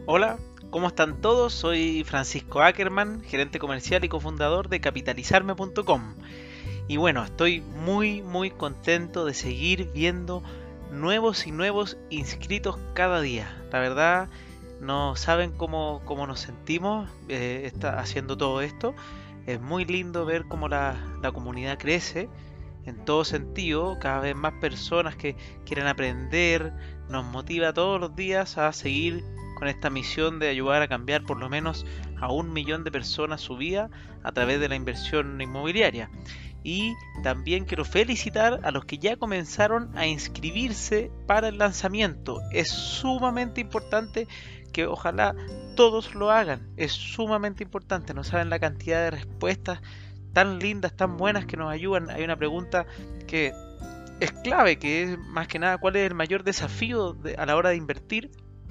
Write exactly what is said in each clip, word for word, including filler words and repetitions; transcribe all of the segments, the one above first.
Hola, ¿cómo están todos? Soy Francisco Ackerman, gerente comercial y cofundador de capitalizarme punto com. Y bueno, estoy muy muy contento de seguir viendo nuevos y nuevos inscritos cada día. La verdad, no saben cómo, cómo nos sentimos eh, está haciendo todo esto. Es muy lindo ver cómo la, la comunidad crece en todo sentido, cada vez más personas que quieren aprender, nos motiva todos los días a seguir con esta misión de ayudar a cambiar por lo menos a un millón de personas su vida a través de la inversión inmobiliaria. Y también quiero felicitar a los que ya comenzaron a inscribirse para el lanzamiento. Es sumamente importante que ojalá todos lo hagan. Es sumamente importante. No saben la cantidad de respuestas tan lindas, tan buenas que nos ayudan. Hay una pregunta que es clave, que es más que nada cuál es el mayor desafío de, a la hora de invertir.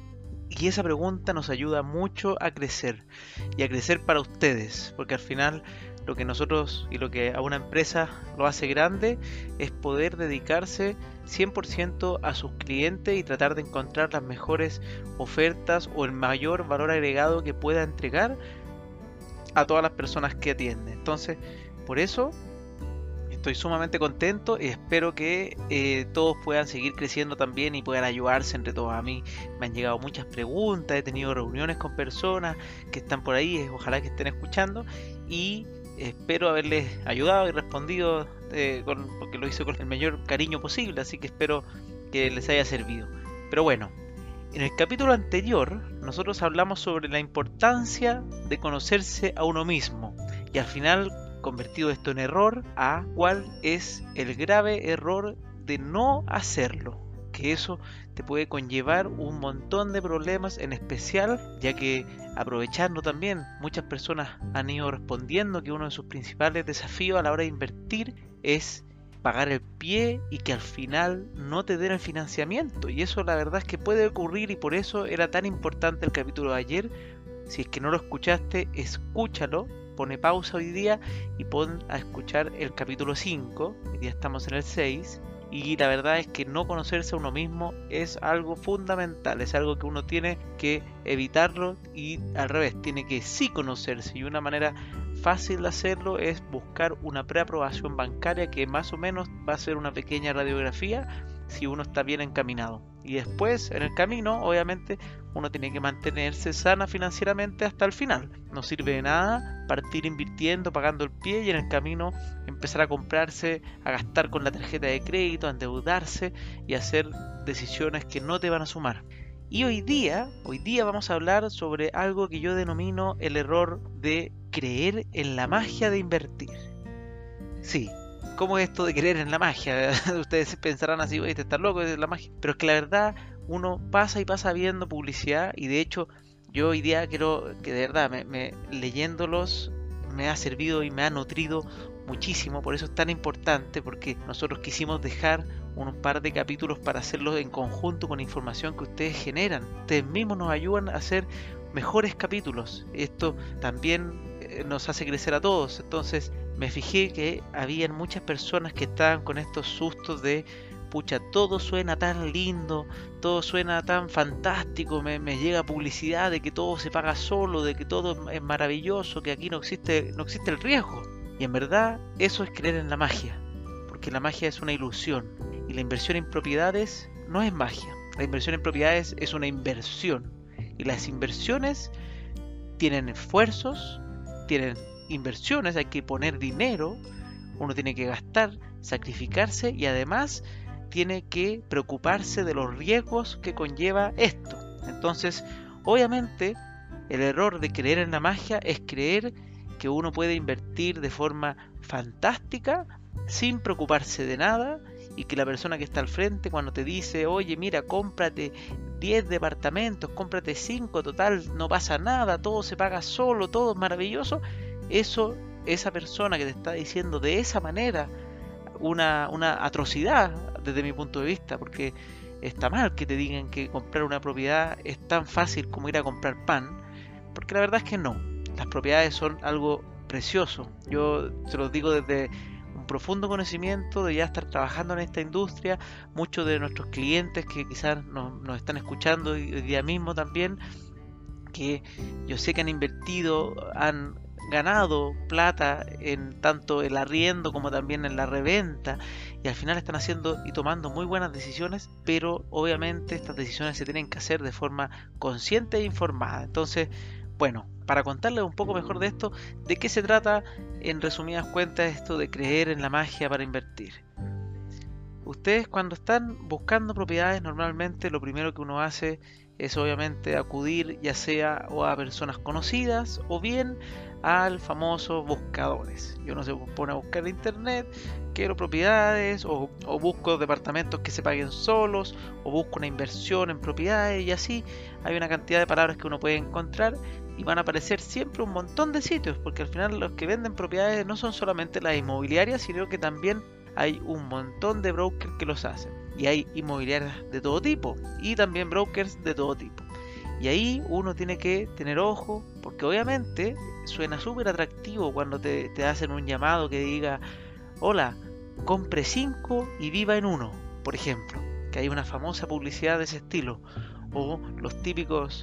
Y esa pregunta nos ayuda mucho a crecer y a crecer para ustedes, porque al final lo que nosotros y lo que a una empresa lo hace grande es poder dedicarse cien por ciento a sus clientes y tratar de encontrar las mejores ofertas o el mayor valor agregado que pueda entregar a todas las personas que atiende. Entonces, por eso estoy sumamente contento y espero que eh, todos puedan seguir creciendo también y puedan ayudarse entre todos. A mí me han llegado muchas preguntas, he tenido reuniones con personas que están por ahí, eh, ojalá que estén escuchando y espero haberles ayudado y respondido eh, con, porque lo hice con el mayor cariño posible, así que espero que les haya servido. Pero bueno, en el capítulo anterior nosotros hablamos sobre la importancia de conocerse a uno mismo y al final convertido esto en error a cuál es el grave error de no hacerlo, que eso te puede conllevar un montón de problemas, en especial ya que aprovechando también muchas personas han ido respondiendo que uno de sus principales desafíos a la hora de invertir es pagar el pie y que al final no te den el financiamiento, y eso la verdad es que puede ocurrir y por eso era tan importante el capítulo de ayer. Si es que no lo escuchaste, escúchalo, pone pausa hoy día y pon a escuchar el capítulo cinco, hoy día estamos en el seis, y la verdad es que no conocerse a uno mismo es algo fundamental, es algo que uno tiene que evitarlo y al revés, tiene que sí conocerse, y una manera fácil de hacerlo es buscar una preaprobación bancaria que más o menos va a ser una pequeña radiografía si uno está bien encaminado. Y después, en el camino, obviamente, uno tiene que mantenerse sana financieramente hasta el final. No sirve de nada partir invirtiendo, pagando el pie y en el camino empezar a comprarse, a gastar con la tarjeta de crédito, a endeudarse y a hacer decisiones que no te van a sumar. Y hoy día, hoy día vamos a hablar sobre algo que yo denomino el error de creer en la magia de invertir. Sí, ¿cómo es esto de creer en la magia? Ustedes pensarán así, oye, este está loco, es la magia. Pero es que la verdad, uno pasa y pasa viendo publicidad y de hecho yo hoy día quiero que de verdad, me, me, leyéndolos me ha servido y me ha nutrido muchísimo. Por eso es tan importante, porque nosotros quisimos dejar un par de capítulos para hacerlos en conjunto con información que ustedes generan. Ustedes mismos nos ayudan a hacer mejores capítulos. Esto también eh, nos hace crecer a todos. Entonces me fijé que habían muchas personas que estaban con estos sustos de pucha, todo suena tan lindo, todo suena tan fantástico, me, me llega publicidad de que todo se paga solo, de que todo es maravilloso, que aquí no existe, no existe el riesgo. Y en verdad eso es creer en la magia, porque la magia es una ilusión y la inversión en propiedades no es magia. La inversión en propiedades es una inversión y las inversiones tienen esfuerzos, tienen inversiones, hay que poner dinero, uno tiene que gastar, sacrificarse y además tiene que preocuparse de los riesgos que conlleva esto. Entonces, obviamente, el error de creer en la magia es creer que uno puede invertir de forma fantástica sin preocuparse de nada y que la persona que está al frente cuando te dice, oye, mira, cómprate diez departamentos, cómprate cinco, total, no pasa nada, todo se paga solo, todo es maravilloso, eso, esa persona que te está diciendo de esa manera una, una atrocidad desde mi punto de vista, porque está mal que te digan que comprar una propiedad es tan fácil como ir a comprar pan, porque la verdad es que no. Las propiedades son algo precioso. Yo se los digo desde un profundo conocimiento de ya estar trabajando en esta industria. Muchos de nuestros clientes que quizás nos, nos están escuchando hoy día mismo también que yo sé que han invertido, han ganado plata en tanto el arriendo como también en la reventa, y al final están haciendo y tomando muy buenas decisiones, pero obviamente estas decisiones se tienen que hacer de forma consciente e informada. Entonces, bueno, para contarles un poco mejor de esto, ¿de qué se trata en resumidas cuentas esto de creer en la magia para invertir? Ustedes cuando están buscando propiedades, normalmente lo primero que uno hace es obviamente acudir ya sea o a personas conocidas o bien al famoso buscadores. Y uno se pone a buscar en internet, quiero propiedades o, o busco departamentos que se paguen solos o busco una inversión en propiedades, y así hay una cantidad de palabras que uno puede encontrar y van a aparecer siempre un montón de sitios, porque al final los que venden propiedades no son solamente las inmobiliarias, sino que también hay un montón de brokers que los hacen. Y hay inmobiliarias de todo tipo y también brokers de todo tipo. Y ahí uno tiene que tener ojo, porque obviamente suena súper atractivo cuando te, te hacen un llamado que diga: hola, compre cinco y viva en uno, por ejemplo. Que hay una famosa publicidad de ese estilo. O los típicos: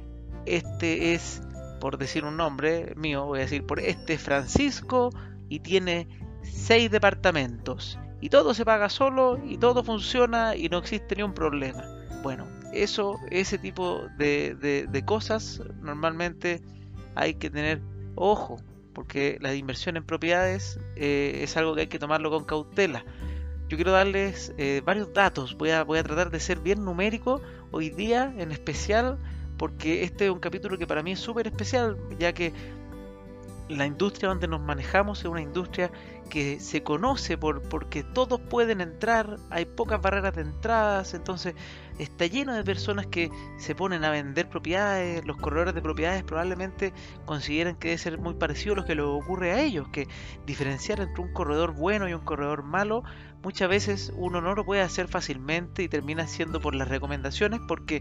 este es, por decir un nombre mío, voy a decir por este Francisco y tiene seis departamentos y todo se paga solo y todo funciona y no existe ni un problema. Bueno, eso, ese tipo de, de, de cosas normalmente hay que tener ojo, porque la inversión en propiedades eh, es algo que hay que tomarlo con cautela. Yo quiero darles eh, varios datos, voy a, voy a tratar de ser bien numérico hoy día en especial, porque este es un capítulo que para mí es súper especial, ya que la industria donde nos manejamos es una industria que se conoce por porque todos pueden entrar, hay pocas barreras de entradas, entonces está lleno de personas que se ponen a vender propiedades. Los corredores de propiedades probablemente consideran que debe ser muy parecido a lo que les ocurre a ellos, que diferenciar entre un corredor bueno y un corredor malo muchas veces uno no lo puede hacer fácilmente y termina siendo por las recomendaciones, porque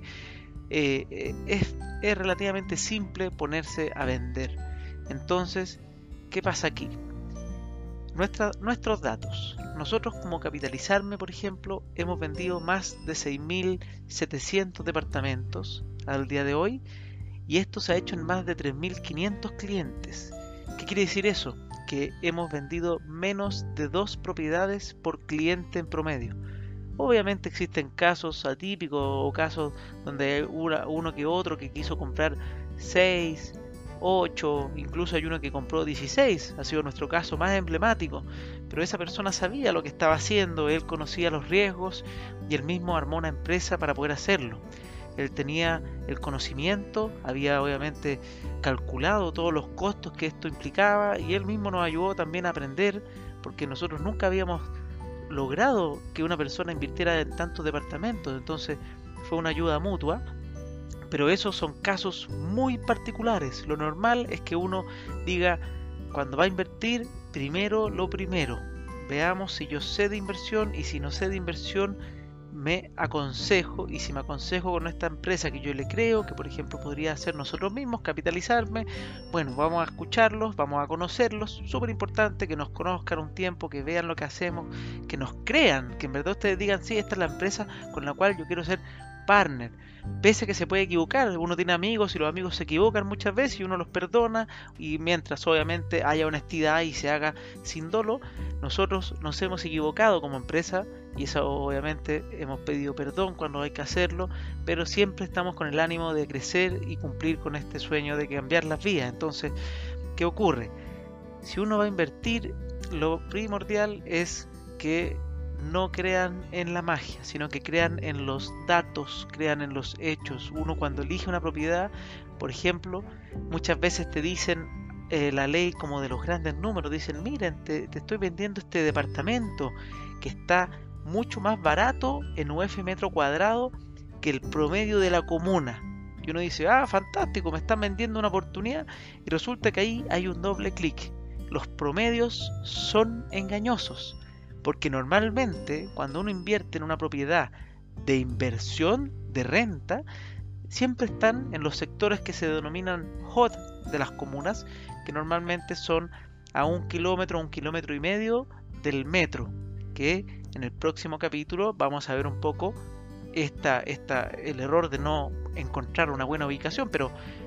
eh, es, es relativamente simple ponerse a vender. Entonces, ¿qué pasa aquí? Nuestra, nuestros datos. Nosotros como Capitalizarme, por ejemplo, hemos vendido más de seis mil setecientos departamentos al día de hoy, y esto se ha hecho en más de tres mil quinientos clientes. ¿Qué quiere decir eso? Que hemos vendido menos de dos propiedades por cliente en promedio. Obviamente existen casos atípicos o casos donde hay uno que otro que quiso comprar seis, ocho, incluso hay uno que compró dieciséis, ha sido nuestro caso más emblemático, pero esa persona sabía lo que estaba haciendo, él conocía los riesgos y él mismo armó una empresa para poder hacerlo. Él tenía el conocimiento, había obviamente calculado todos los costos que esto implicaba, y él mismo nos ayudó también a aprender, porque nosotros nunca habíamos logrado que una persona invirtiera en tantos departamentos, entonces fue una ayuda mutua. Pero esos son casos muy particulares. Lo normal es que uno diga, cuando va a invertir, primero lo primero. Veamos si yo sé de inversión, y si no sé de inversión, me aconsejo. Y si me aconsejo con esta empresa que yo le creo, que por ejemplo podría ser nosotros mismos, Capitalizarme, bueno, vamos a escucharlos, vamos a conocerlos. Súper importante que nos conozcan un tiempo, que vean lo que hacemos, que nos crean, que en verdad ustedes digan, sí, esta es la empresa con la cual yo quiero ser partner. Pese a que se puede equivocar, uno tiene amigos y los amigos se equivocan muchas veces y uno los perdona, y mientras obviamente haya honestidad y se haga sin dolo, nosotros nos hemos equivocado como empresa y eso obviamente hemos pedido perdón cuando hay que hacerlo, pero siempre estamos con el ánimo de crecer y cumplir con este sueño de cambiar las vidas. Entonces, ¿qué ocurre? Si uno va a invertir, lo primordial es que no crean en la magia, sino que crean en los datos, crean en los hechos. Uno cuando elige una propiedad, por ejemplo, muchas veces te dicen eh, la ley como de los grandes números, dicen, miren, te, te estoy vendiendo este departamento que está mucho más barato en U F metro cuadrado que el promedio de la comuna. Y uno dice, ah, fantástico, me están vendiendo una oportunidad, y resulta que ahí hay un doble clic. Los promedios son engañosos. Porque normalmente cuando uno invierte en una propiedad de inversión, de renta, siempre están en los sectores que se denominan hot de las comunas, que normalmente son a un kilómetro, un kilómetro y medio del metro, que en el próximo capítulo vamos a ver un poco esta, esta, el error de no encontrar una buena ubicación, pero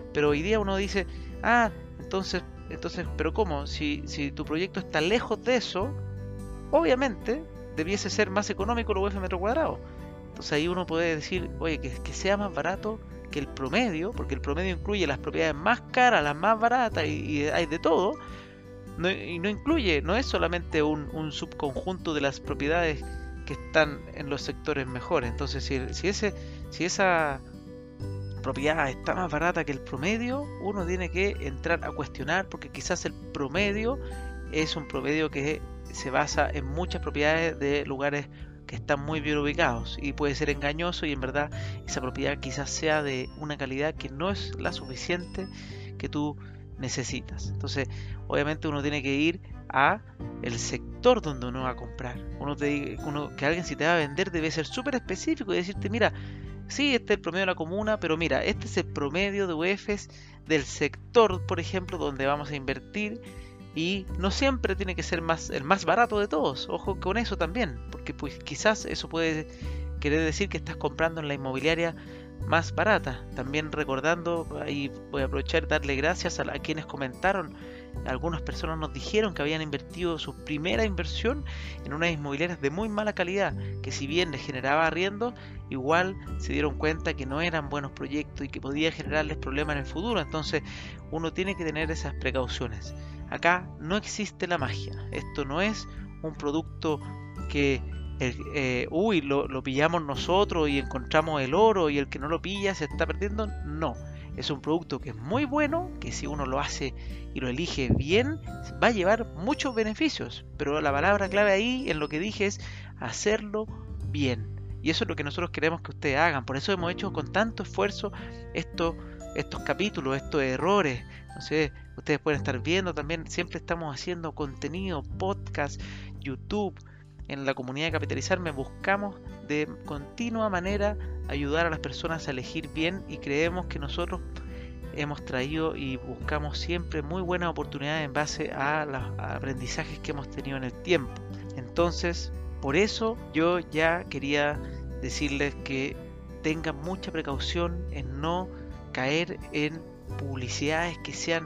Pero hoy día uno dice, ah, entonces, entonces, pero ¿cómo? Si, si tu proyecto está lejos de eso, obviamente debiese ser más económico el U F metro cuadrado. Entonces ahí uno puede decir, oye, que, que sea más barato que el promedio, porque el promedio incluye las propiedades más caras, las más baratas, y, y hay de todo. No, y no incluye, no es solamente un, un subconjunto de las propiedades que están en los sectores mejores. Entonces si, si, ese, si esa propiedad está más barata que el promedio, uno tiene que entrar a cuestionar, porque quizás el promedio es un promedio que se basa en muchas propiedades de lugares que están muy bien ubicados y puede ser engañoso, y en verdad esa propiedad quizás sea de una calidad que no es la suficiente que tú necesitas. Entonces obviamente uno tiene que ir a el sector donde uno va a comprar. Uno te, uno, que alguien si te va a vender debe ser súper específico y decirte, mira, sí, este es el promedio de la comuna, pero mira, este es el promedio de U Efes del sector, por ejemplo, donde vamos a invertir. Y no siempre tiene que ser más, el más barato de todos. Ojo con eso también, porque pues quizás eso puede querer decir que estás comprando en la inmobiliaria más barata. También recordando, ahí voy a aprovechar y darle gracias a, a quienes comentaron. Algunas personas nos dijeron que habían invertido su primera inversión en unas inmobiliarias de muy mala calidad, que si bien les generaba arriendo, igual se dieron cuenta que no eran buenos proyectos y que podía generarles problemas en el futuro. Entonces uno tiene que tener esas precauciones. Acá no existe la magia. Esto no es un producto que el, eh, uy, lo, lo pillamos nosotros y encontramos el oro y el que no lo pilla se está perdiendo. No, es un producto que es muy bueno, que si uno lo hace y lo elige bien, va a llevar muchos beneficios. Pero la palabra clave ahí en lo que dije es hacerlo bien. Y eso es lo que nosotros queremos que ustedes hagan. Por eso hemos hecho con tanto esfuerzo esto, estos capítulos, estos errores. No sé, ustedes pueden estar viendo también, siempre estamos haciendo contenido, podcast, YouTube. En la comunidad de Capitalizarme buscamos de continua manera ayudar a las personas a elegir bien, y creemos que nosotros hemos traído y buscamos siempre muy buenas oportunidades en base a los aprendizajes que hemos tenido en el tiempo. Entonces, por eso yo ya quería decirles que tengan mucha precaución en no caer en publicidades que sean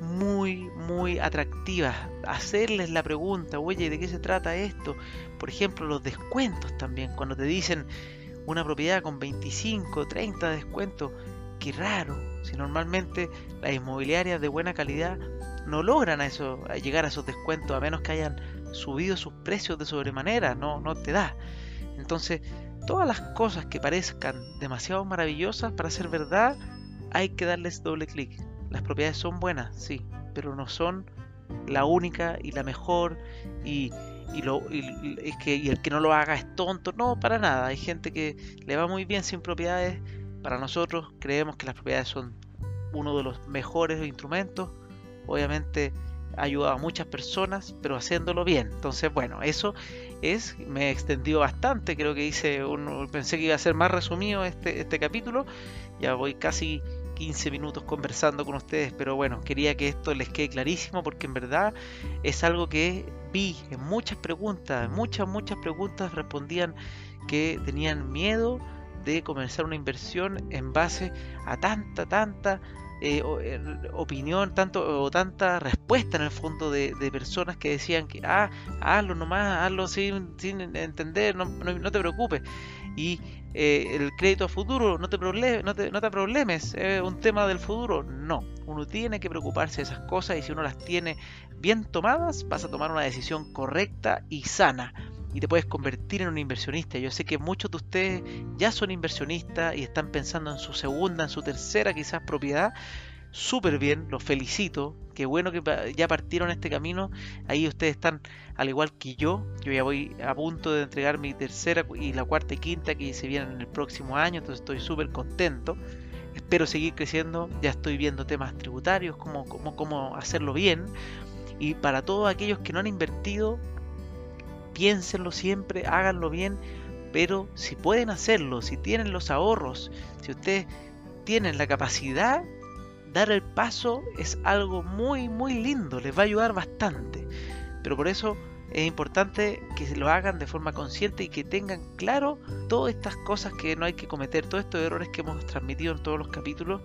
muy muy atractivas. Hacerles la pregunta, oye, ¿de qué se trata esto? Por ejemplo, los descuentos también, cuando te dicen una propiedad con veinticinco, treinta descuentos, qué raro, si normalmente las inmobiliarias de buena calidad no logran a eso, a llegar a esos descuentos, a menos que hayan subido sus precios de sobremanera, no, no te da. Entonces, todas las cosas que parezcan demasiado maravillosas para ser verdad, hay que darles doble clic. Las propiedades son buenas, sí, pero no son la única y la mejor, y, y, lo, y, es que, y el que no lo haga es tonto. No, para nada. Hay gente que le va muy bien sin propiedades. Para nosotros creemos que las propiedades son uno de los mejores instrumentos. Obviamente ha ayudado a muchas personas, pero haciéndolo bien. Entonces, bueno, eso es, me extendió bastante. Creo que hice un, pensé que iba a ser más resumido este, este capítulo. Ya voy casi quince minutos conversando con ustedes, pero bueno, quería que esto les quede clarísimo, porque en verdad es algo que vi en muchas preguntas, muchas, muchas preguntas respondían que tenían miedo de comenzar una inversión en base a tanta, tanta eh, opinión, tanto o tanta respuesta en el fondo de, de personas que decían que ah, hazlo nomás, hazlo sin, sin entender, no, no, no te preocupes. Y eh, el crédito a futuro, no te, proble no te, no te problemes, es un tema del futuro. No, uno tiene que preocuparse de esas cosas, y si uno las tiene bien tomadas, vas a tomar una decisión correcta y sana, y te puedes convertir en un inversionista. Yo sé que muchos de ustedes ya son inversionistas y están pensando en su segunda, en su tercera quizás propiedad. Súper bien, los felicito, qué bueno que ya partieron este camino. Ahí ustedes están al igual que yo, yo ya voy a punto de entregar mi tercera y la cuarta y quinta que se vienen en el próximo año, entonces estoy súper contento. Espero seguir creciendo, ya estoy viendo temas tributarios, cómo, cómo, cómo hacerlo bien. Y para todos aquellos que no han invertido, piénsenlo siempre, háganlo bien, pero si pueden hacerlo, si tienen los ahorros, si ustedes tienen la capacidad, dar el paso es algo muy muy lindo, les va a ayudar bastante. Pero por eso es importante que lo hagan de forma consciente y que tengan claro todas estas cosas que no hay que cometer, todos estos errores que hemos transmitido en todos los capítulos.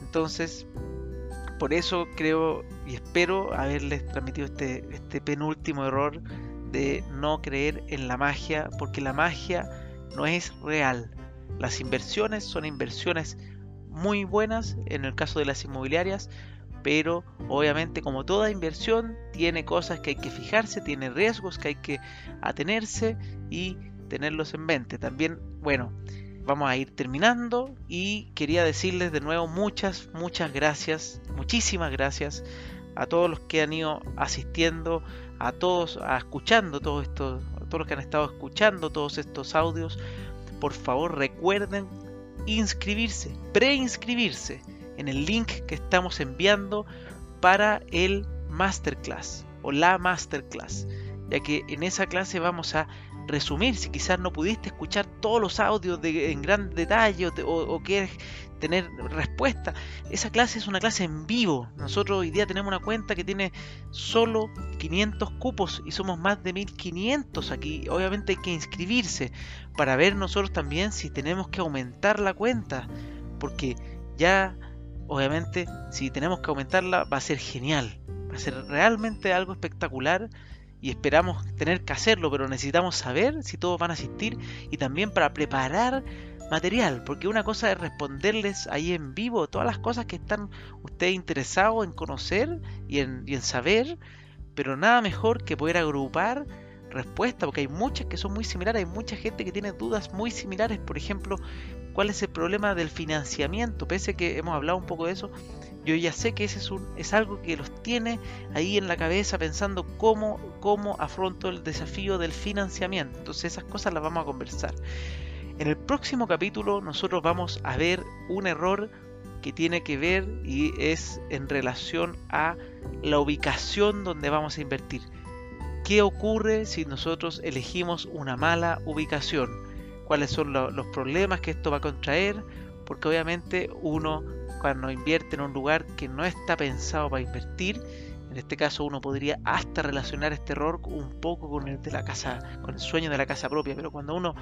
Entonces, por eso creo y espero haberles transmitido este, este penúltimo error de no creer en la magia, porque la magia no es real. Las inversiones son inversiones muy buenas en el caso de las inmobiliarias, pero obviamente como toda inversión tiene cosas que hay que fijarse, tiene riesgos que hay que atenerse y tenerlos en mente. También, bueno, vamos a ir terminando y quería decirles de nuevo muchas, muchas gracias, muchísimas gracias a todos los que han ido asistiendo, a todos, a escuchando todo esto, a todos los que han estado escuchando todos estos audios. Por favor recuerden inscribirse, preinscribirse en el link que estamos enviando para el masterclass o la masterclass, ya que en esa clase vamos a resumir, si quizás no pudiste escuchar todos los audios de, en gran detalle o, te, o, o quieres tener respuesta, esa clase es una clase en vivo. Nosotros hoy día tenemos una cuenta que tiene solo quinientos cupos y somos más de mil quinientos aquí. Obviamente hay que inscribirse para ver nosotros también si tenemos que aumentar la cuenta, porque ya obviamente si tenemos que aumentarla va a ser genial, va a ser realmente algo espectacular. Y esperamos tener que hacerlo, pero necesitamos saber si todos van a asistir y también para preparar material, porque una cosa es responderles ahí en vivo todas las cosas que están ustedes interesados en conocer y en, y en saber, pero nada mejor que poder agrupar respuestas, porque hay muchas que son muy similares, hay mucha gente que tiene dudas muy similares. Por ejemplo, ¿cuál es el problema del financiamiento? Pese a que hemos hablado un poco de eso, yo ya sé que ese es, un, es algo que los tiene ahí en la cabeza pensando cómo, cómo afronto el desafío del financiamiento. Entonces esas cosas las vamos a conversar. En el próximo capítulo nosotros vamos a ver un error que tiene que ver y es en relación a la ubicación donde vamos a invertir. ¿Qué ocurre si nosotros elegimos una mala ubicación? ¿Cuáles son lo, los problemas que esto va a contraer? Porque obviamente uno cuando invierte en un lugar que no está pensado para invertir, en este caso uno podría hasta relacionar este error un poco con el de la casa, con el sueño de la casa propia, pero cuando uno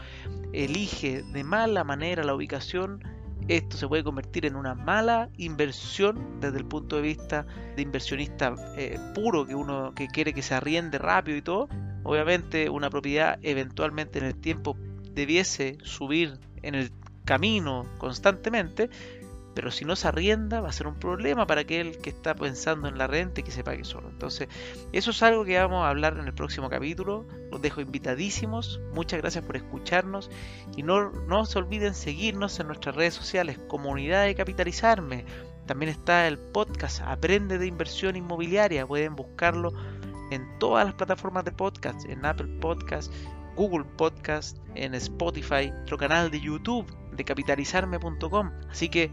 elige de mala manera la ubicación, esto se puede convertir en una mala inversión desde el punto de vista de inversionista eh, puro, que uno que quiere que se arriende rápido y todo. Obviamente una propiedad eventualmente en el tiempo debiese subir en el camino constantemente, pero si no se arrienda va a ser un problema para aquel que está pensando en la renta y que se pague solo. Entonces eso es algo que vamos a hablar en el próximo capítulo. Los dejo invitadísimos, muchas gracias por escucharnos y no, no se olviden seguirnos en nuestras redes sociales, Comunidad de Capitalizarme. También está el podcast Aprende de Inversión Inmobiliaria, pueden buscarlo en todas las plataformas de podcast, en Apple Podcast, Google Podcast, en Spotify, nuestro canal de YouTube de capitalizarme punto com. Así que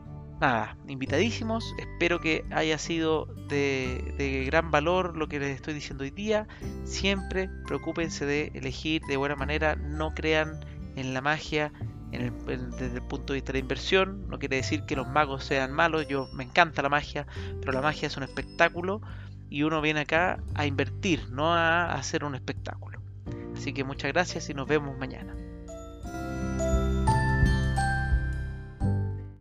nada, invitadísimos, espero que haya sido de, de gran valor lo que les estoy diciendo hoy día. Siempre preocúpense de elegir de buena manera, no crean en la magia en el, en, desde el punto de vista de la inversión. No quiere decir que los magos sean malos, yo me encanta la magia, pero la magia es un espectáculo y uno viene acá a invertir, no a hacer un espectáculo. Así que muchas gracias y nos vemos mañana.